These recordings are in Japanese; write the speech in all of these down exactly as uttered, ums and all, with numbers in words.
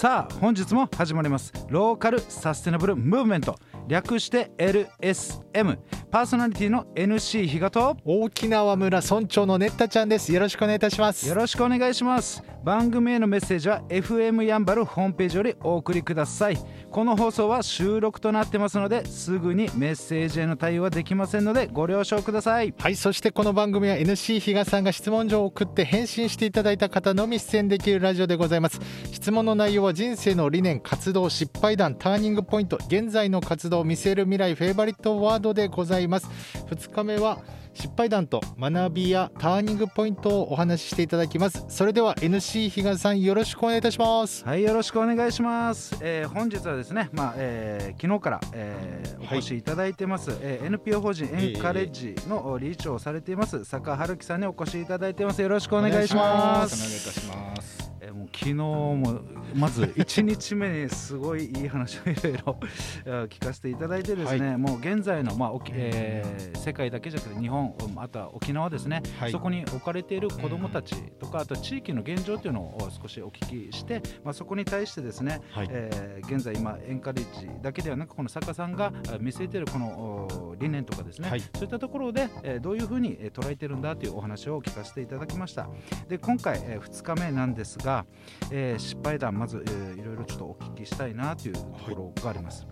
さあ本日も始まりますローカルサステナブルムーブメント、略して エルエスエム。 パーソナリティの エヌシー 比嘉と沖縄村村長のねったちゃんです。よろしくお願いいたします。 よろしくお願いします。番組へのメッセージは エフエム やんばるホームページよりお送りください。この放送は収録となってますので、すぐにメッセージへの対応はできませんのでご了承ください。 はい、そしてこの番組は エヌシー 比嘉さんが質問状を送って返信していただいた方のみ出演できるラジオでございます。質問の内容は人生の理念、活動、失敗談、ターニングポイント、現在の活動、見せる未来、フェイバリットワードでございます。ふつかめは失敗談と学びやターニングポイントをお話ししていただきます。それでは エヌシー 比嘉さん、よろしくお願いいたします。 はい、よろしくお願いします。えー、本日はですね、まあえー、昨日から、えー、お越しいただいてます、はい、えー、エヌピーオー 法人エンカレッジの理事長をされています坂春樹さんにお越しいただいてます。よろしくお願いします。 お願いいたします。 えー、もう昨日もまずいちにちめにすごいいい話をいろいろ聞かせていただいてですね、はい、もう現在の、まあえー、世界だけじゃなくて日本、あとは沖縄ですね、はい、そこに置かれている子どもたちとか、あと地域の現状というのを少しお聞きして、まあ、そこに対してですね、はい、えー、現在今エンカレッジだけではなくこの坂さんが見据えているこの理念とかですね、はい、そういったところで、えー、どういうふうに捉えているんだというお話を聞かせていただきました。で今回、えー、ふつかめなんですが、えー、失敗談まず、えー、いろいろちょっとお聞きしたいなというところがあります。はい、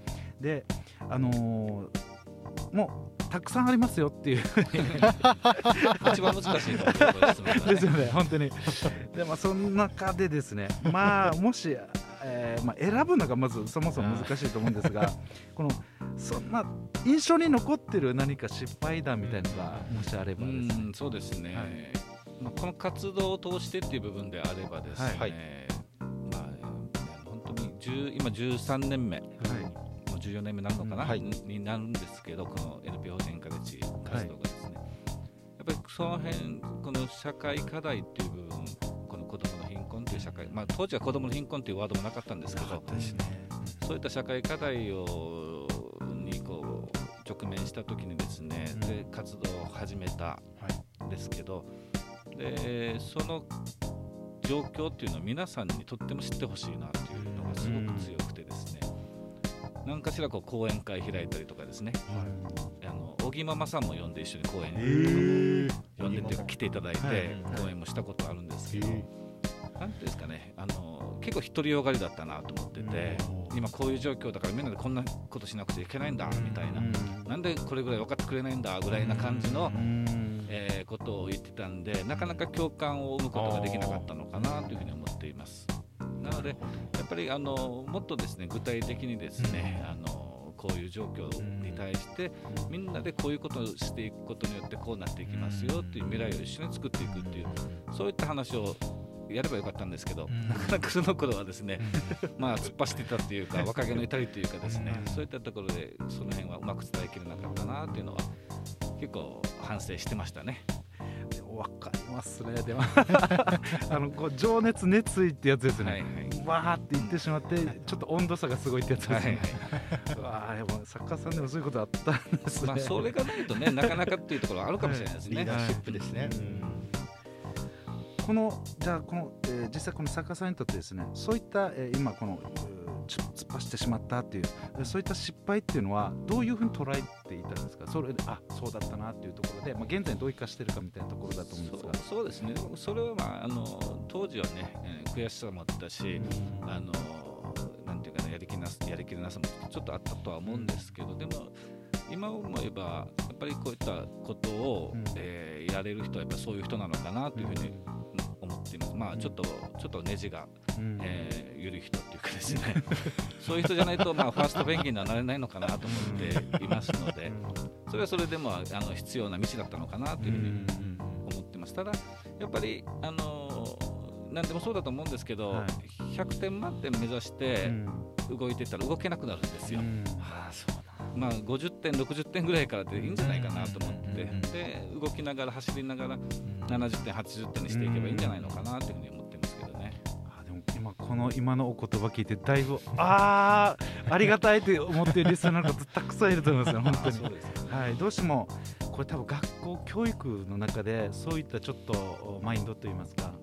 であのー、もうたくさんありますよっていう一番難しいところですね。 ですよね、本当に。で、まあ、その中でですね、まあもし、えーまあ、選ぶのがまずそもそも難しいと思うんですがこのそんな印象に残ってる何か失敗談みたいなのがもしあればですね。 うん、そうですね、はい、まあ、この活動を通してっていう部分であればですね、はい、まあ、本当に今じゅうさんねんめ、はい、じゅうよねんめになるのかな、はい、になるんですけど、この エヌピーオー 法人エンカレッジ活動がですね、はい、やっぱりその辺この社会課題っていう部分、この子どもの貧困という社会、まあ、当時は子どもの貧困というワードもなかったんですけど、そういった社会課題をにこう直面した時にですね、うん、で活動を始めたんですけど、はい、でその状況っていうのは皆さんにとっても知ってほしいなというのがすごく強くてですね、何かしらこう講演会開いたりとかですね、はい、あの小木ママさんも呼んで一緒に講演、えー、呼んでっていうか来ていただいて講演もしたことあるんですけど、なんていうんですかね、あの結構独りよがりだったなと思ってて、今こういう状況だからみんなでこんなことしなくちゃいけないんだみたいな、なんでこれぐらい分かってくれないんだぐらいな感じの、えー、ことを言ってたんで、なかなか共感を生むことができなかったのかなというふうに思っています。なのでやっぱりあのもっとですね具体的にですね、あのこういう状況に対してみんなでこういうことをしていくことによってこうなっていきますよっていう未来を一緒に作っていくっていう、そういった話をやればよかったんですけど、なかなかその頃はですねまあ突っ走ってたっていうか若気の至りというかですね、そういったところでその辺はうまく伝えきれなかったなっていうのは結構反省してましたね。 わかりますね。でもあのこう情熱熱意ってやつですね、はいはい、わーって言ってしまってちょっと温度差がすごいってやつですね、はいはい、わーでも作家さんでもそういうことあったんですね。 まあ、それがないとねなかなかっていうところはあるかもしれないですね、はい、 リーダーシップですね、うん、 このじゃあこの、えー、実際この作家さんにとってですね、そういった、えー、今このちょっと突っ走ってしまったっていうそういった失敗っていうのはどういうふうに捉えていたんですか。それであそうだったなっていうところで、まあ、現在どう生かしてるかみたいなところだと思うんですが。 そう、そうですね。それは、まあ、あの当時はね、えー、悔しさもあったし、うん、あのなんていうかね、やりきなやりきれなさもちょっとあったとは思うんですけど、うん、でも今思えばやっぱりこういったことを、うん、えー、やれる人はやっぱそういう人なのかなというふうに思っています。まあちょっとちょっとネジが、うん、えー、緩い人っていうかですねそういう人じゃないと、まあ、ファーストペンギンにはなれないのかなと思っていますので、それはそれでもあの必要な道だったのかなというふうに思ってます。ただやっぱりあの何でもそうだと思うんですけど、はい、ひゃくてん満点目指して動いてたら動けなくなるんですよ、うん、はあ、そうまあ、ごじゅってんろくじゅってんぐらいからでいいんじゃないかなと思って、で動きながら走りながらななじゅってんはちじゅってんにしていけばいいんじゃないのかなというふうに思ってますけどね。 あでも今この今のお言葉聞いてだいぶあーありがたいと思っているリスナーの方たくさんいると思いますよ本当に。そうです、はい、どうしてもこれ多分学校教育の中でそういったちょっとマインドといいますか、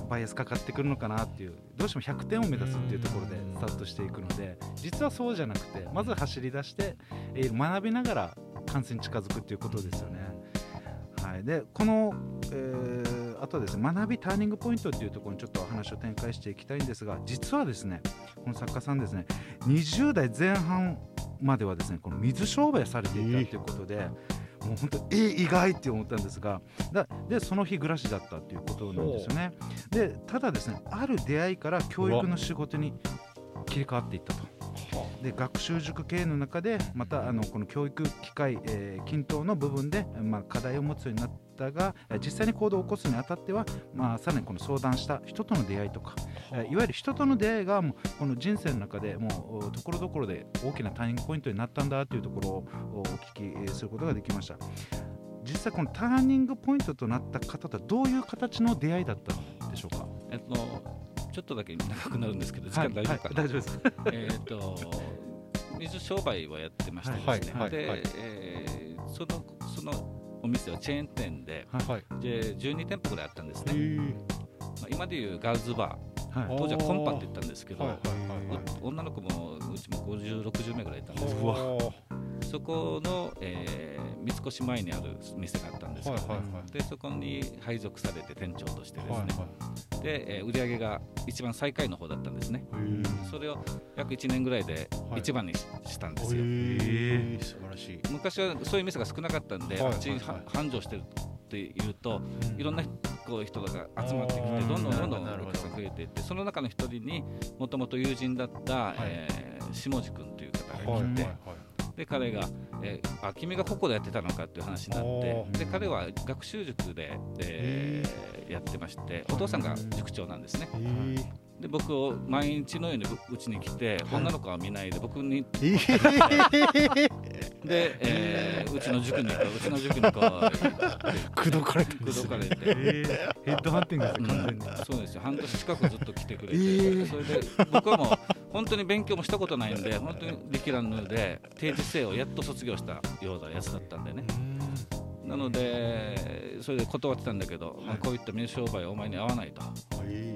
バイアスかかってくるのかなっていう、どうしてもひゃくてんを目指すっていうところでスタートしていくので、実はそうじゃなくてまず走り出して、えー、学びながら完成に近づくっていうことですよね。はい、でこの、えー、あとはですね、学びターニングポイントっていうところにちょっとお話を展開していきたいんですが、実はですねこの作家さんですね、にじゅう代前半まではですねこの水商売されていたということで、えー、もう本当にえー、意外って思ったんですが、だでその日暮らしだったということなんですよね。でただですね、ある出会いから教育の仕事に切り替わっていったと。で学習塾経営の中でまたあのこの教育機会、えー、均等の部分で、まあ、課題を持つようになったが、実際に行動を起こすにあたっては、まあ、さらにこの相談した人との出会いとか、えー、いわゆる人との出会いがもうこの人生の中でもうところどころで大きなターニングポイントになったんだというところをお聞きすることができました。実際このターニングポイントとなった方とはどういう形の出会いだったんでしょうか。 えっとちょっとだけ長くなるんですけど、時間大丈夫かな。 はいはい、大丈夫です。 えっと水商売はやってましてですね、はいはい、で、はい、えー、そのそのお店はチェーン店で、はい、でじゅうにてんぽぐらいあったんですね。まあ、今でいうガールズバー、はい、当時はコンパって言ったんですけど、はいはいはい、女の子もうちもごじゅう、ろくじゅうめいぐらいいたんですけど、そこの、えー、三越前にある店があったんですけど、ね、はいはいはい、でそこに配属されて店長としてですね、はいはい、で、えー、売り上げが一番最下位の方だったんですね。それを約いちねんぐらいで一番に し,、はい、したんですよ。 へー、素晴らしい。 昔はそういう店が少なかったんで、はいはいはい、あっちに繁盛してるっていうと、うん、いろんなこう人が集まってきてどんどんどんどんお客さん増えていって、その中の一人にもともと友人だった、はい、えー、下地君という方がいて、はいはいはい、で彼が、えー、あ君がここでやってたのかっていう話になって、で彼は学習塾で、えー、やってまして、お父さんが塾長なんですね。で僕を毎日のようにうちに来て、はい、女の子は見ないで僕にで、えー、うちの塾に行こううちの塾に行こう口説かれて口説かれて、 えー、ヘッドハンティングです完全に、 うん、そうですよ。半年近くずっと来てくれて、えー、それで僕はもう本当に勉強もしたことないんで、本当に力らぬで定時制をやっと卒業したようなやつだったんでね。なのでそれで断ってたんだけど、はい、まあ、こういった水商売はお前に合わないと、はい、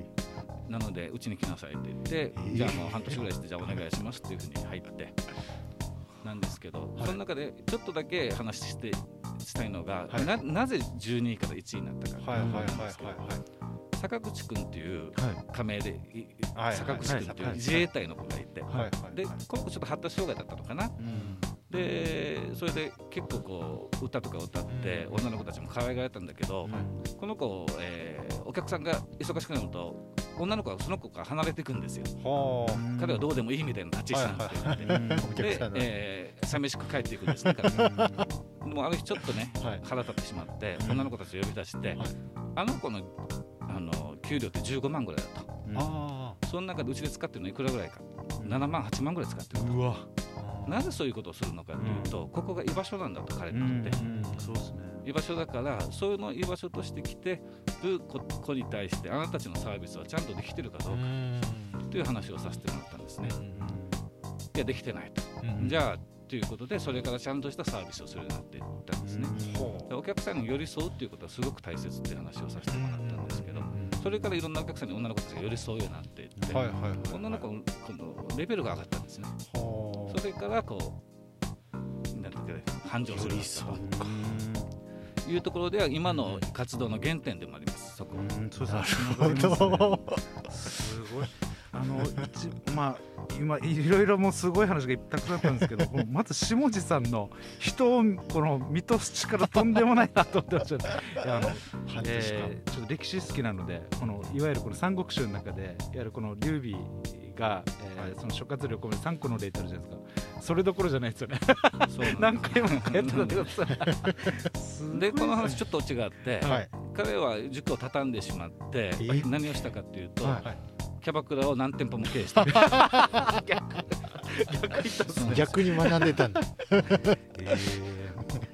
なのでうちに来なさいって言って、えー、じゃあもう半年ぐらいしてじゃあお願いしますっていうふうに入ってなんですけど、はい、その中でちょっとだけ話してしたいのが、はい、な, なぜじゅうにいからいちいになったかっていうことなんですけど、坂口君っていう仮名で、はい、坂口君っていう自衛隊の子がいて、はいはい、でこの子ちょっと発達障害だったのかな、うん、でそれで結構こう歌とか歌って、うん、女の子たちも可愛がられたんだけど、うん、この子、えー、お客さんが忙しくなると女の子はその子から離れていくんですよ。彼はどうでもいいみたいな立ち位置なんですよ、はいはい、で、えー、寂しく帰っていくんですね。もうある日ちょっとね、はい、腹立ってしまって、女の子たちを呼び出して、はい、あの子の、あの給料ってじゅうごまんぐらいだと、うん、あその中でうちで使ってるのいくらぐらいか、うん、ななまんはちまんぐらい使ってると。うわ、なぜそういうことをするのかというと、うん、ここが居場所なんだと彼にとって、うんうん、そうですね、居場所だから、そういうの居場所として来てる子に対してあなたたちのサービスはちゃんとできてるかどうかという話をさせてもらったんですね。うん、いやできてないと、うん、じゃあということでそれからちゃんとしたサービスをするようになっていったんですね。うん、お客さんに寄り添うということはすごく大切っていう話をさせてもらったんですけど、それからいろんなお客さんに女の子たちが寄り添うようになっていって、はいはいはいはい、女の子のレベルが上がったんですね。それからこうなんていうか繁盛するというところでは今の活動の原点でもあります。そこ。うん、そうですね。 すごい。あのまあ今いろいろもうすごい話がたくさんあったんですけど、まず下地さんの人をこの見通す力とんでもないなと思ってました。いやあの、えー、ちょっと歴史好きなので、このいわゆるこの三国志の中でいわゆるこの劉備が、えーはい、その諸葛亮を込めてさんこの例ってあるじゃないですか。それどころじゃないですよね。何回もやってたんででこの話ちょっとオチがあって、はい、彼は塾を畳んでしまって、えー、何をしたかっていうと、はい、キャバクラを何店舗も経営してる。逆, 逆, 逆に学んでたんだ。えー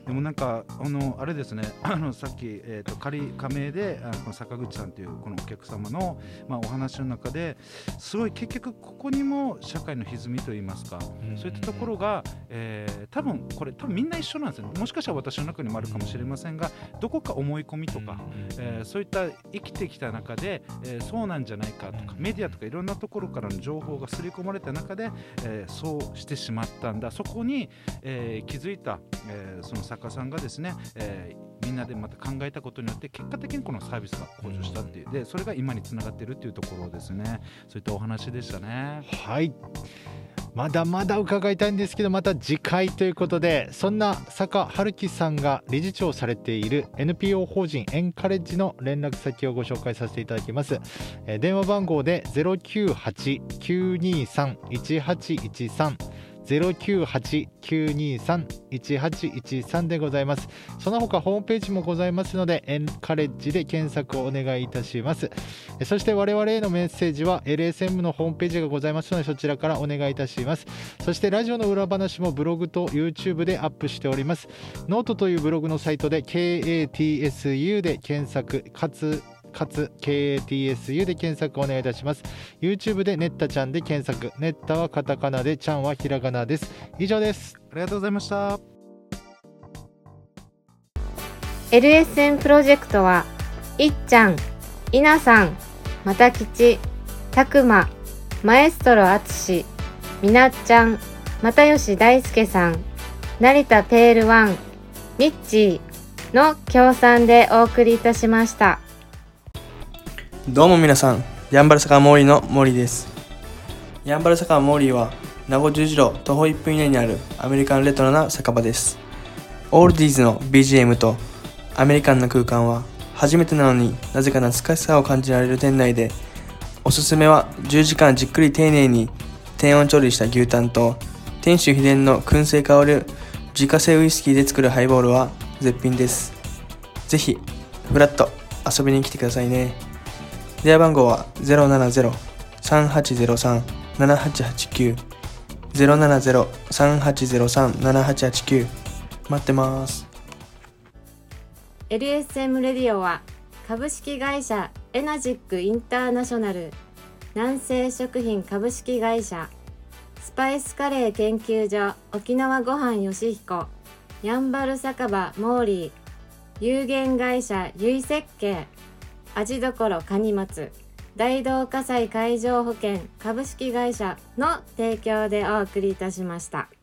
でもなんかあのあれですねあのさっき、えー、と仮加盟であのこの坂口さんというこのお客様の、まあ、お話の中ですごい結局ここにも社会の歪みといいますか、うん、そういったところが、えー、多分これ多分みんな一緒なんですよね。もしかしたら私の中にもあるかもしれませんが、どこか思い込みとか、うんえー、そういった生きてきた中で、えー、そうなんじゃないかとか、メディアとかいろんなところからの情報が刷り込まれた中で、えー、そうしてしまったんだ。そこに、えー、気づいた、えー、その作家さんがですね、えー、みんなでまた考えたことによって結果的にこのサービスが向上したっていう、でそれが今につながっているっていうところですね。そういったお話でしたね。 はい、まだまだ伺いたいんですけど、また次回ということで、そんな坂春樹さんが理事長をされている エヌピーオー 法人エンカレッジの連絡先をご紹介させていただきます。えー、電話番号で ゼロきゅうはち きゅうにさん いちはちいちさんゼロきゅうはち きゅうにさん いちはちいちさんでございます。その他ホームページもございますので、エンカレッジで検索をお願いいたします。そして我々へのメッセージは エルエスエム のホームページがございますので、そちらからお願いいたします。そしてラジオの裏話もブログと YouTube でアップしております。ノートというブログのサイトで ケーエーティーエスユー で検索、かつかつ ケーエーティーエスユー で検索お願いいたします。 YouTube でネッタちゃんで検索、ネッタはカタカナでちゃんはひらがなです。以上です。 ありがとうございました。 エルエスエム プロジェクトはいっちゃん、いなさん、またきち、たくま、マエストロあつし、みなっちゃん、またよし大輔さん、成田ペールワン、ミッチーの協賛でお送りいたしました。 どうも皆さん、やんばる坂モーリーのモーリーです。やんばる坂モーリーは名護十字路徒歩いっぷん以内にあるアメリカンレトロな酒場です。オールディーズの ビージーエム とアメリカンな空間は初めてなのになぜか懐かしさを感じられる店内で、おすすめはじゅうじかんじっくり丁寧に低温調理した牛タンと店主秘伝の燻製香る自家製ウイスキーで作るハイボールは絶品です。ぜひフラッと遊びに来てくださいね。電話番号は ゼロななゼロ さんはちゼロさん ななはちはちきゅう ゼロななゼロ さんはちゼロさん ななはちはちきゅう 待ってます。 エルエスエム レディオは株式会社エナジックインターナショナル、南西食品株式会社、スパイスカレー研究所沖縄ごはんよしひこ、やんばる酒場モーリー、有限会社ゆい設計、味どころかにまつ、大同火災海上保険株式会社の提供でお送りいたしました。